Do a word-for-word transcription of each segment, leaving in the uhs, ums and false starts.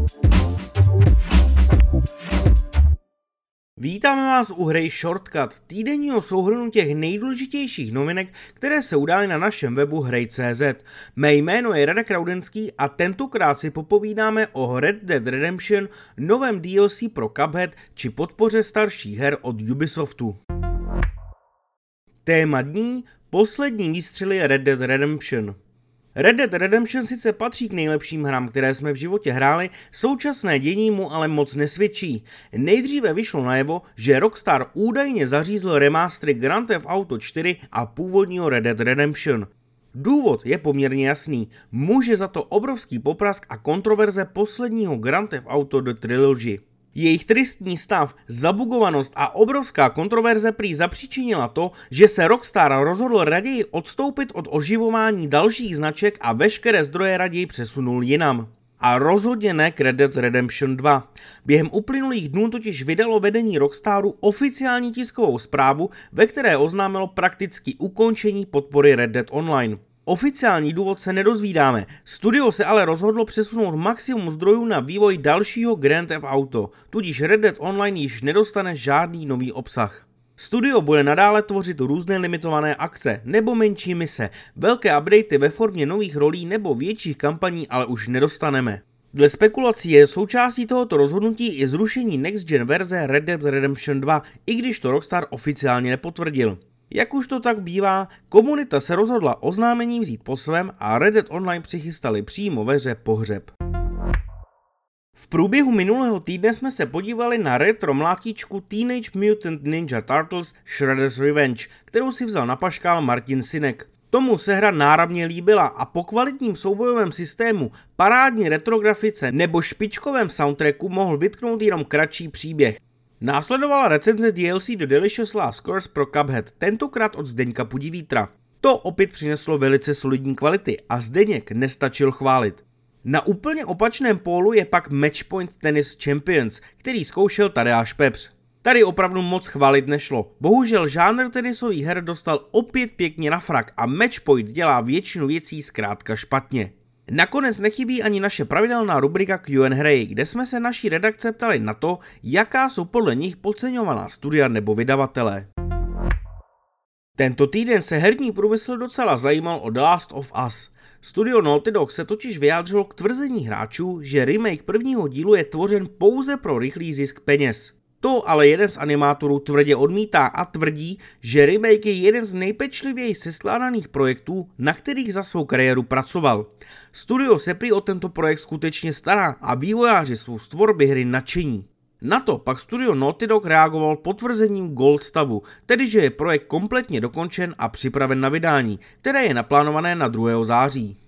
Vítáme vás u hry Shortcut, týdenního souhrnu těch nejdůležitějších novinek, které se udály na našem webu hrej tečka cé zet. Mé jméno je Radek Raudenský a tentokrát si popovídáme o Red Dead Redemption, novém D L C pro Cuphead či podpoře starších her od Ubisoftu. Téma dní: poslední výstřely Red Dead Redemption. Red Dead Redemption sice patří k nejlepším hrám, které jsme v životě hráli, současné dění mu ale moc nesvědčí. Nejdříve vyšlo najevo, že Rockstar údajně zařízl remastery Grand Theft Auto čtyři a původního Red Dead Redemption. Důvod je poměrně jasný, může za to obrovský poprask a kontroverze posledního Grand Theft Auto The Trilogy. Jejich tristní stav, zabugovanost a obrovská kontroverze prý zapříčinila to, že se Rockstar rozhodl raději odstoupit od oživování dalších značek a veškeré zdroje raději přesunul jinam. A rozhodně ne k Red Dead Redemption dva. Během uplynulých dnů totiž vydalo vedení Rockstaru oficiální tiskovou zprávu, ve které oznámilo prakticky ukončení podpory Red Dead Online. Oficiální důvod se nedozvídáme, studio se ale rozhodlo přesunout maximum zdrojů na vývoj dalšího Grand Theft Auto, tudíž Red Dead Online již nedostane žádný nový obsah. Studio bude nadále tvořit různé limitované akce nebo menší mise, velké updaty ve formě nových rolí nebo větších kampaní ale už nedostaneme. Dle spekulací je součástí tohoto rozhodnutí i zrušení Next Gen verze Red Dead Redemption dva, i když to Rockstar oficiálně nepotvrdil. Jak už to tak bývá, komunita se rozhodla oznámení vzít po svém a Red Dead Online přichystali přímo ve hře pohřeb. V průběhu minulého týdne jsme se podívali na retro mlátičku Teenage Mutant Ninja Turtles Shredder's Revenge, kterou si vzal na paškál Martin Sinek. Tomu se hra náramně líbila a po kvalitním soubojovém systému, parádní retrografice nebo špičkovém soundtracku mohl vytknout jenom kratší příběh. Následovala recenze D L C The Delicious Last Course pro Cuphead, tentokrát od Zdeňka Pudivítra. To opět přineslo velice solidní kvality a Zdeněk nestačil chválit. Na úplně opačném pólu je pak Matchpoint Tennis Champions, který zkoušel Tadeáš Pepř. Tady opravdu moc chválit nešlo, bohužel žánr tenisových her dostal opět pěkně na frak a Matchpoint dělá většinu věcí zkrátka špatně. Nakonec nechybí ani naše pravidelná rubrika Q and A, kde jsme se naší redakce ptali na to, jaká jsou podle nich podceňovaná studia nebo vydavatelé. Tento týden se herní průmysl docela zajímal o The Last of Us. Studio Naughty Dog se totiž vyjádřilo k tvrzení hráčů, že remake prvního dílu je tvořen pouze pro rychlý zisk peněz. To ale jeden z animátorů tvrdě odmítá a tvrdí, že remake je jeden z nejpečlivěji seskládaných projektů, na kterých za svou kariéru pracoval. Studio se prý o tento projekt skutečně stará a vývojáři jsou z tvorby hry nadšení. Na to pak studio Naughty Dog reagoval potvrzením Gold stavu, tedy že je projekt kompletně dokončen a připraven na vydání, které je naplánované na druhého září.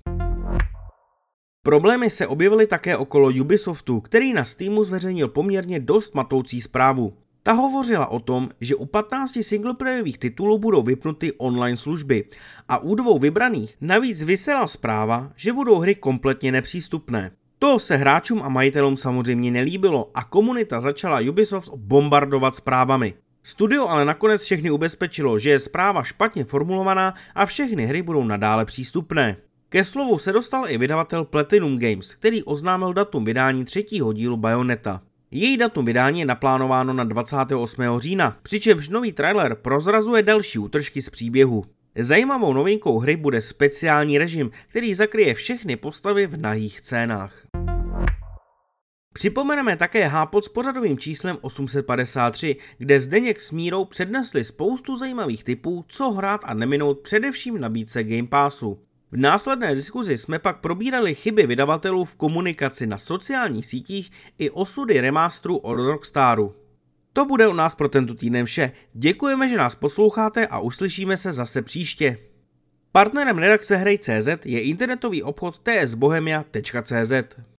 Problémy se objevily také okolo Ubisoftu, který na Steamu zveřejnil poměrně dost matoucí zprávu. Ta hovořila o tom, že u patnácti singleplayových titulů budou vypnuty online služby a u dvou vybraných navíc visela zpráva, že budou hry kompletně nepřístupné. To se hráčům a majitelům samozřejmě nelíbilo a komunita začala Ubisoft bombardovat zprávami. Studio ale nakonec všechny ubezpečilo, že je zpráva špatně formulovaná a všechny hry budou nadále přístupné. Ke slovu se dostal i vydavatel Platinum Games, který oznámil datum vydání třetího dílu Bayonetta. Její datum vydání je naplánováno na dvacátého osmého října, přičemž nový trailer prozrazuje další útržky z příběhu. Zajímavou novinkou hry bude speciální režim, který zakryje všechny postavy v nahých scénách. Připomeneme také Hápot s pořadovým číslem osm set padesát tři, kde Zdeněk s Mírou přednesli spoustu zajímavých tipů, co hrát a neminout především v nabídce Game Passu. V následné diskuzi jsme pak probírali chyby vydavatelů v komunikaci na sociálních sítích i osudy remasteru od Rockstaru. To bude od nás pro tento týden vše. Děkujeme, že nás posloucháte a uslyšíme se zase příště. Partnerem redakce hrej tečka cé zet je internetový obchod t s bohemia tečka cé zet.